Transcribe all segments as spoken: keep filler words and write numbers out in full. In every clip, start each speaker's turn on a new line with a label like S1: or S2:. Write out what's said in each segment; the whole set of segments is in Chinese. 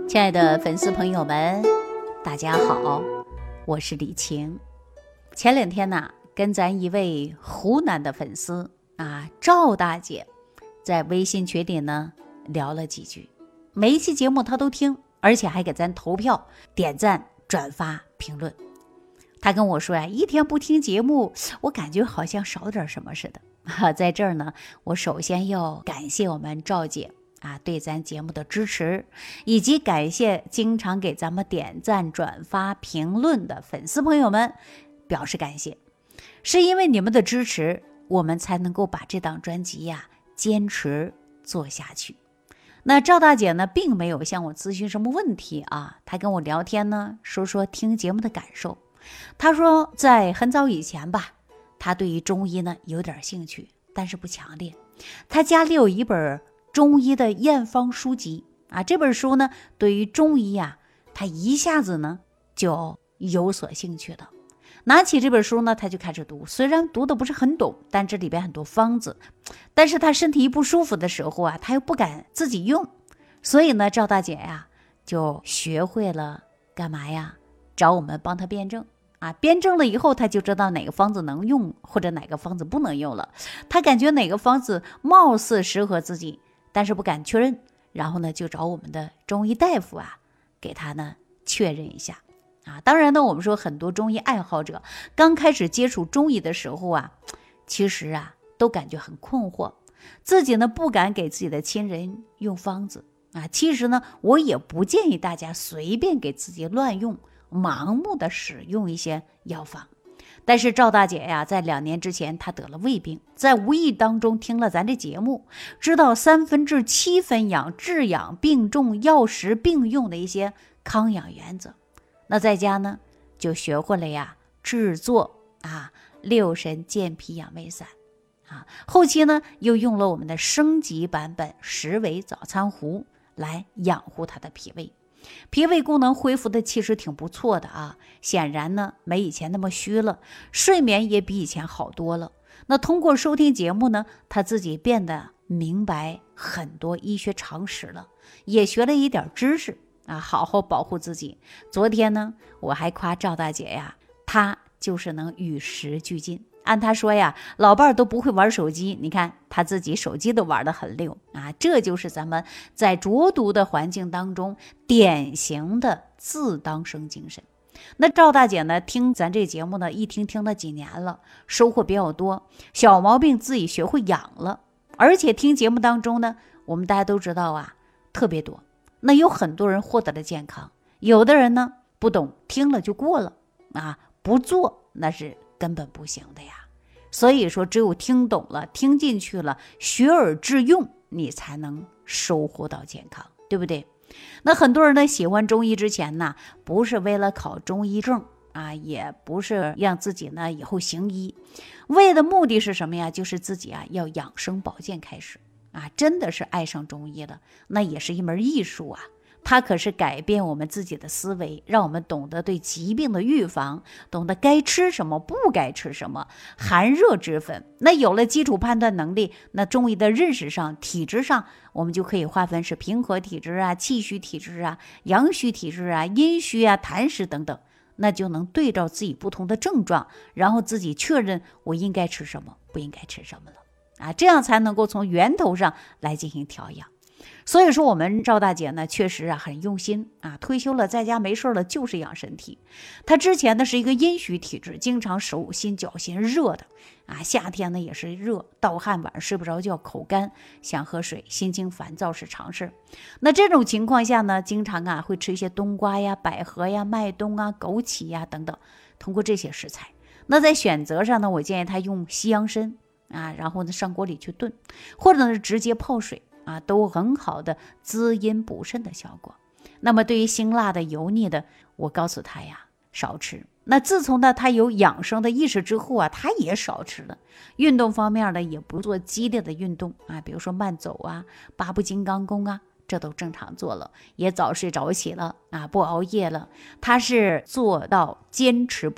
S1: 亲爱的粉丝朋友们，大家好，我是李晴。前两天呢，跟咱一位湖南的粉丝啊赵大姐在微信群里呢聊了几句，每一期节目她都听，而且还给咱投票、点赞、转发、评论。她跟我说呀，一天不听节目，我感觉好像少点什么似的。啊、在这儿呢，我首先要感谢我们赵姐啊，对咱节目的支持，以及感谢经常给咱们点赞、转发、评论的粉丝朋友们，表示感谢。是因为你们的支持，我们才能够把这档专辑呀坚持做下去。那赵大姐呢，并没有向我咨询什么问题啊，她跟我聊天呢，说说听节目的感受。她说，在很早以前吧，她对于中医呢有点兴趣，但是不强烈。她家里有一本中医的验方书籍啊，这本书呢，对于中医啊，他一下子呢就有所兴趣了。拿起这本书呢，他就开始读，虽然读的不是很懂，但这里边很多方子，但是他身体一不舒服的时候啊，他又不敢自己用，所以呢，赵大姐呀就学会了干嘛呀？找我们帮他辩证啊，辩证了以后，他就知道哪个方子能用，或者哪个方子不能用了。他感觉哪个方子貌似适合自己，但是不敢确认，然后呢就找我们的中医大夫啊给他呢确认一下啊。当然呢，我们说很多中医爱好者刚开始接触中医的时候啊，其实啊都感觉很困惑，自己呢不敢给自己的亲人用方子啊。其实呢，我也不建议大家随便给自己乱用，盲目的使用一些药方。但是赵大姐呀，在两年之前她得了胃病，在无意当中听了咱这节目，知道三分治七分养，治养并重，药食并用的一些康养原则。那在家呢，就学会了呀制作啊六神健脾养胃散啊，后期呢又用了我们的升级版本十味早餐糊来养护她的脾胃。脾胃功能恢复的其实挺不错的啊，显然呢没以前那么虚了，睡眠也比以前好多了。那通过收听节目呢，他自己变得明白很多医学常识了，也学了一点知识啊，好好保护自己。昨天呢，我还夸赵大姐呀，她就是能与时俱进。按他说呀，老伴儿都不会玩手机，你看他自己手机都玩得很溜啊，这就是咱们在浊毒的环境当中典型的自当生精神。那赵大姐呢，听咱这节目呢，一听听了几年了，收获比较多，小毛病自己学会养了，而且听节目当中呢，我们大家都知道啊，特别多。那有很多人获得了健康，有的人呢不懂，听了就过了啊，不做那是根本不行的呀。所以说只有听懂了，听进去了，学而致用，你才能收获到健康，对不对？那很多人呢喜欢中医之前呢，不是为了考中医证啊，也不是让自己呢以后行医，为的目的是什么呀？就是自己啊要养生保健开始啊，真的是爱上中医了，那也是一门艺术啊。它可是改变我们自己的思维，让我们懂得对疾病的预防，懂得该吃什么，不该吃什么，寒热之分。那有了基础判断能力，那中医的认识上、体质上，我们就可以划分是平和体质啊、气虚体质啊、阳虚体质啊、阴虚啊、痰湿等等，那就能对照自己不同的症状，然后自己确认我应该吃什么，不应该吃什么了啊，这样才能够从源头上来进行调养。所以说我们赵大姐呢，确实啊很用心啊，退休了在家没事了就是养身体。她之前呢是一个阴虚体质，经常手心脚心热的啊，夏天呢也是热，盗汗，晚上睡不着觉，口干，想喝水，心情烦躁是常事。那这种情况下呢，经常啊会吃一些冬瓜呀、百合呀、麦冬啊、枸杞呀等等，通过这些食材。那在选择上呢，我建议她用西洋参啊，然后呢上锅里去炖，或者呢是直接泡水啊，都很好的滋阴补肾的效果。那么对于辛辣的油腻的，我告诉他呀少吃。那自从呢他有养生的意识之后啊，他也少吃了。运动方面呢也不做激烈的运动啊，比如说慢走啊、八步金刚功啊，这都正常做了，也早睡早起了啊，不熬夜了。他是做到坚持不懈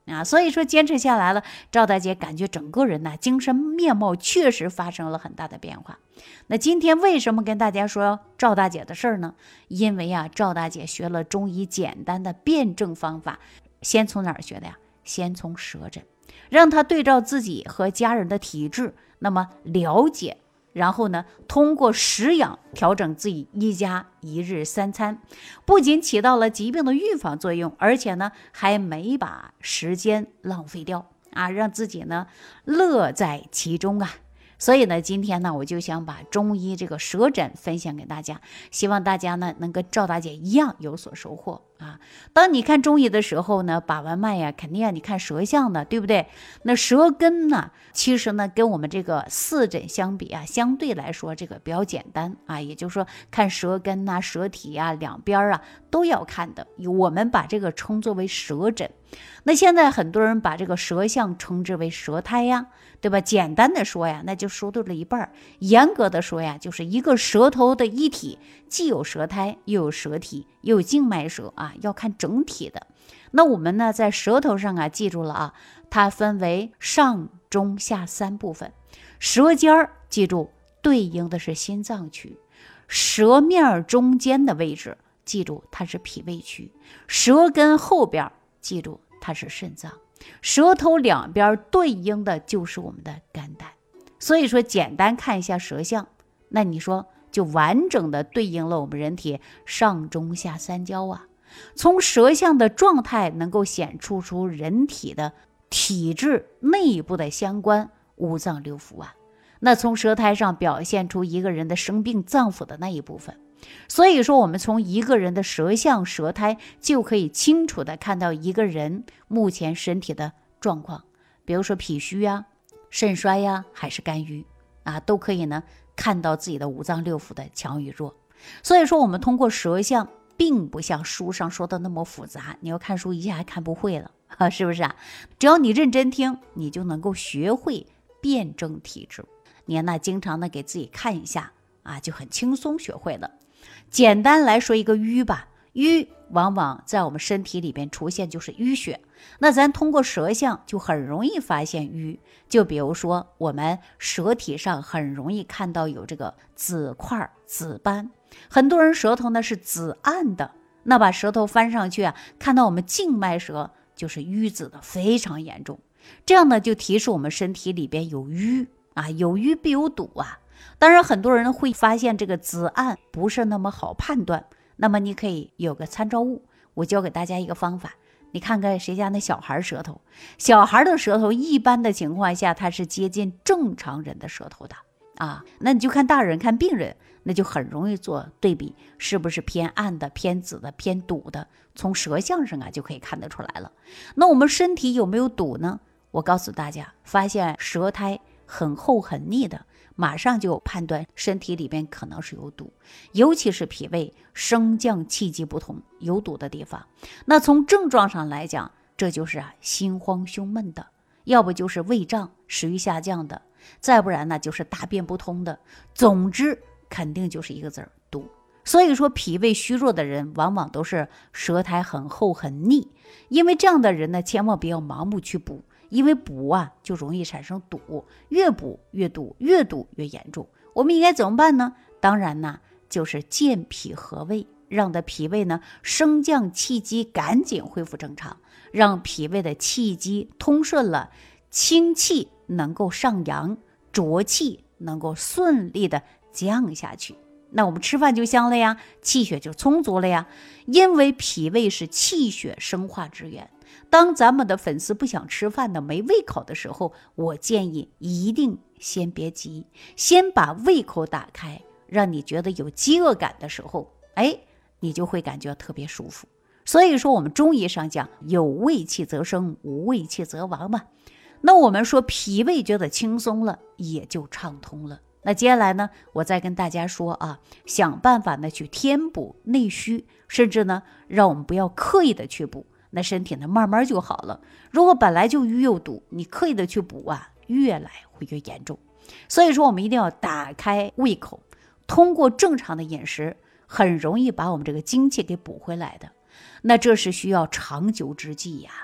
S1: 啊，所以说坚持下来了，赵大姐感觉整个人呢精神面貌确实发生了很大的变化。那今天为什么跟大家说赵大姐的事儿呢？因为啊，赵大姐学了中医简单的辩证方法，先从哪儿学的呀？先从舌诊，让她对照自己和家人的体质，那么了解，然后呢，通过食养调整自己一家一日三餐，不仅起到了疾病的预防作用，而且呢，还没把时间浪费掉啊，让自己呢乐在其中啊。所以呢，今天呢，我就想把中医这个舌诊分享给大家，希望大家呢能跟赵大姐一样有所收获啊。当你看中医的时候呢，把完脉呀，肯定啊你看舌象的，对不对？那舌根呢，其实呢跟我们这个四诊相比啊，相对来说这个比较简单啊，也就是说看舌根呐、舌体啊、两边啊都要看的，我们把这个称作为舌诊。那现在很多人把这个舌象称之为舌苔呀，对吧？简单的说呀，那就说对了一半；严格的说呀，就是一个舌头的一体，既有舌苔，又有舌体，又有静脉舌啊，要看整体的。那我们呢，在舌头上啊，记住了啊，它分为上、中、下三部分。舌尖儿，记住对应的是心脏区；舌面中间的位置，记住它是脾胃区；舌根后边，记住它是肾脏。舌头两边对应的就是我们的肝胆。所以说简单看一下舌象，那你说就完整的对应了我们人体上中下三焦啊。从舌象的状态能够显出出人体的体质内部的相关五脏六腑啊，那从舌苔上表现出一个人的生病脏腑的那一部分。所以说我们从一个人的舌象舌苔就可以清楚的看到一个人目前身体的状况，比如说脾虚呀、肾衰呀，还是肝郁啊，都可以呢看到自己的五脏六腑的强与弱。所以说我们通过舌象并不像书上说的那么复杂，你要看书一下还看不会了啊，是不是啊？只要你认真听，你就能够学会辩证体质。你呢经常的给自己看一下啊，就很轻松学会了。简单来说一个瘀吧，瘀往往在我们身体里边出现就是淤血，那咱通过舌象就很容易发现瘀。就比如说我们舌体上很容易看到有这个紫块紫斑，很多人舌头呢是紫暗的，那把舌头翻上去啊，看到我们静脉舌就是瘀紫的非常严重，这样呢就提示我们身体里边有瘀啊，有瘀必有堵啊。当然很多人会发现这个紫暗不是那么好判断，那么你可以有个参照物，我教给大家一个方法，你看看谁家那小孩舌头，小孩的舌头一般的情况下它是接近正常人的舌头的啊，那你就看大人看病人，那就很容易做对比，是不是偏暗的、偏紫的、偏堵的，从舌象上啊就可以看得出来了。那我们身体有没有堵呢？我告诉大家，发现舌苔很厚很腻的，马上就判断身体里边可能是有堵，尤其是脾胃升降气机不同有堵的地方。那从症状上来讲，这就是啊心慌胸闷的，要不就是胃胀食欲下降的，再不然呢就是大便不通的，总之肯定就是一个字儿堵。所以说脾胃虚弱的人往往都是舌苔很厚很腻，因为这样的人呢千万不要盲目去补，因为补啊就容易产生堵，越补越堵，越堵越严重。我们应该怎么办呢？当然呢就是健脾和胃，让的脾胃呢升降气机赶紧恢复正常，让脾胃的气机通顺了，清气能够上扬，浊气能够顺利的降下去，那我们吃饭就香了呀，气血就充足了呀。因为脾胃是气血生化之源，当咱们的粉丝不想吃饭的没胃口的时候，我建议一定先别急，先把胃口打开，让你觉得有饥饿感的时候，哎，你就会感觉特别舒服。所以说我们中医上讲，有胃气则生，无胃气则亡嘛。那我们说脾胃觉得轻松了，也就畅通了。那接下来呢，我再跟大家说啊，想办法呢去填补内虚，甚至呢让我们不要刻意的去补，那身体呢慢慢就好了。如果本来就瘀又堵，你刻意的去补啊，越来会越严重。所以说我们一定要打开胃口，通过正常的饮食很容易把我们这个精气给补回来的。那这是需要长久之计呀。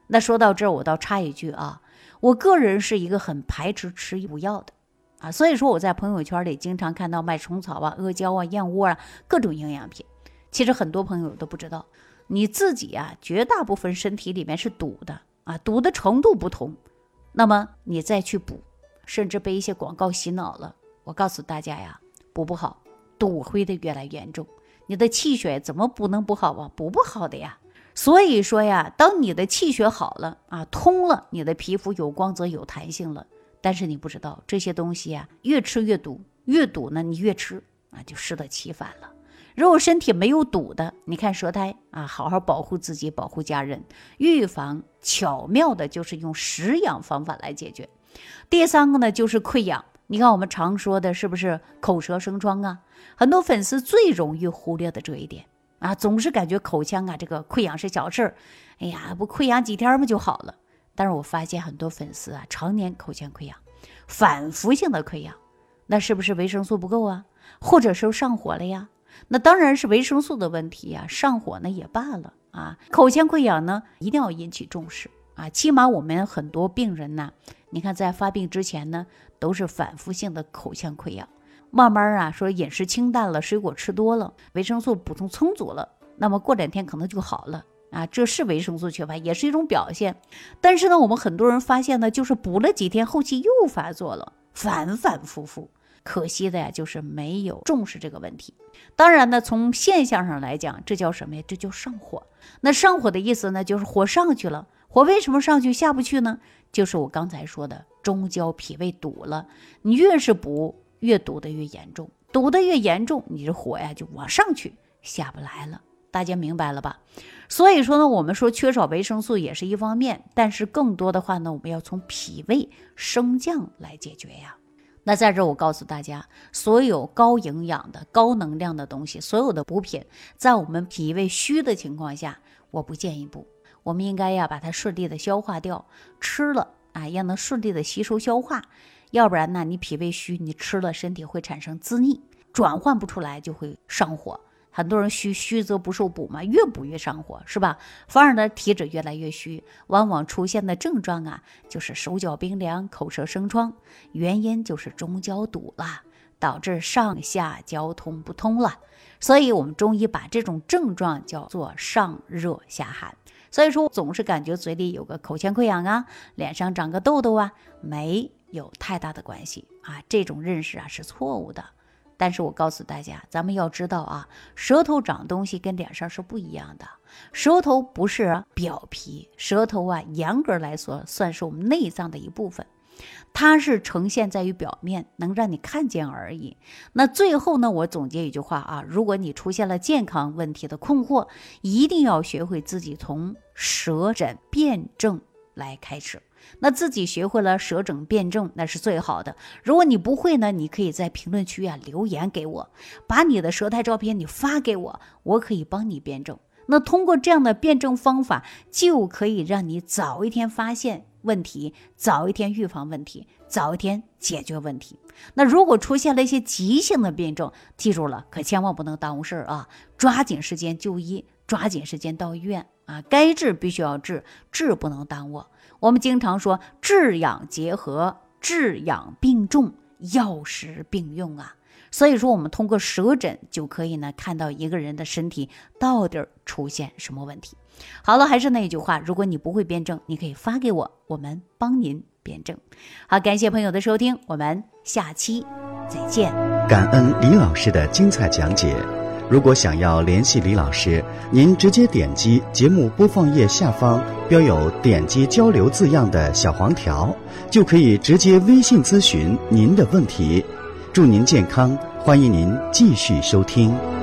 S1: 那说到这儿，我倒插一句啊，我个人是一个很排斥吃补药的啊，所以说我在朋友圈里经常看到卖虫草啊、阿胶啊、燕窝啊各种营养品。其实很多朋友都不知道，你自己啊，绝大部分身体里面是堵的啊，堵的程度不同，那么你再去补，甚至被一些广告洗脑了。我告诉大家呀，补不好，堵会的越来越严重。你的气血怎么不能不好啊？补不好的呀。所以说呀，当你的气血好了啊，通了，你的皮肤有光泽有弹性了，但是你不知道这些东西啊，越吃越堵，越堵呢你越吃啊，就适得其反了。如果身体没有堵的，你看舌苔啊，好好保护自己，保护家人，预防巧妙的就是用食养方法来解决。第三个呢，就是溃疡。你看我们常说的是不是口舌生疮啊？很多粉丝最容易忽略的这一点啊，总是感觉口腔啊这个溃疡是小事儿，哎呀，不溃疡几天不就好了？但是我发现很多粉丝啊，常年口腔溃疡，反复性的溃疡，那是不是维生素不够啊？或者是上火了呀？那当然是维生素的问题啊，上火呢也罢了啊。口腔溃疡呢一定要引起重视啊，起码我们很多病人呢，你看在发病之前呢，都是反复性的口腔溃疡，慢慢啊说饮食清淡了，水果吃多了，维生素补充充足了，那么过两天可能就好了啊，这是维生素缺乏，也是一种表现。但是呢，我们很多人发现呢，就是补了几天，后期又发作了，反反复复。可惜的呀，就是没有重视这个问题。当然呢，从现象上来讲，这叫什么呀？这叫上火。那上火的意思呢，就是火上去了。火为什么上去下不去呢？就是我刚才说的中焦脾胃堵了，你越是补，越堵得越严重，堵得越严重，你这火呀就往上去，下不来了。大家明白了吧？所以说呢，我们说缺少维生素也是一方面，但是更多的话呢，我们要从脾胃升降来解决呀。那在这我告诉大家，所有高营养的高能量的东西，所有的补品，在我们脾胃虚的情况下，我不建议补。我们应该呀把它顺利的消化掉，吃了啊要能顺利的吸收消化，要不然呢你脾胃虚，你吃了身体会产生滋腻，转换不出来就会上火。很多人虚虚则不受补嘛，越补越上火，是吧？反而呢体质越来越虚，往往出现的症状啊就是手脚冰凉、口舌生疮，原因就是中焦堵了，导致上下交通不通了。所以我们中医把这种症状叫做上热下寒。所以说总是感觉嘴里有个口腔溃疡啊，脸上长个痘痘啊，没有太大的关系啊，这种认识啊是错误的。但是我告诉大家，咱们要知道啊，舌头长东西跟脸上是不一样的。舌头不是表皮，舌头啊，严格来说算是我们内脏的一部分，它是呈现在于表面，能让你看见而已。那最后呢，我总结一句话啊，如果你出现了健康问题的困惑，一定要学会自己从舌诊辨证来开始。那自己学会了舌诊辨证，那是最好的。如果你不会呢，你可以在评论区啊留言给我，把你的舌苔照片你发给我，我可以帮你辨证。那通过这样的辨证方法，就可以让你早一天发现问题，早一天预防问题，早一天解决问题。那如果出现了一些急性的病症，记住了，可千万不能耽误事儿啊！抓紧时间就医，抓紧时间到医院啊！该治必须要治，治不能耽误。我们经常说治养结合，治养并重，药食并用啊。所以说我们通过舌诊就可以呢看到一个人的身体到底出现什么问题。好了，还是那句话，如果你不会辩证，你可以发给我，我们帮您辩证。好，感谢朋友的收听，我们下期再见。
S2: 感恩李老师的精彩讲解。如果想要联系李老师，您直接点击节目播放页下方标有点击交流字样的小黄条，就可以直接微信咨询您的问题。祝您健康，欢迎您继续收听。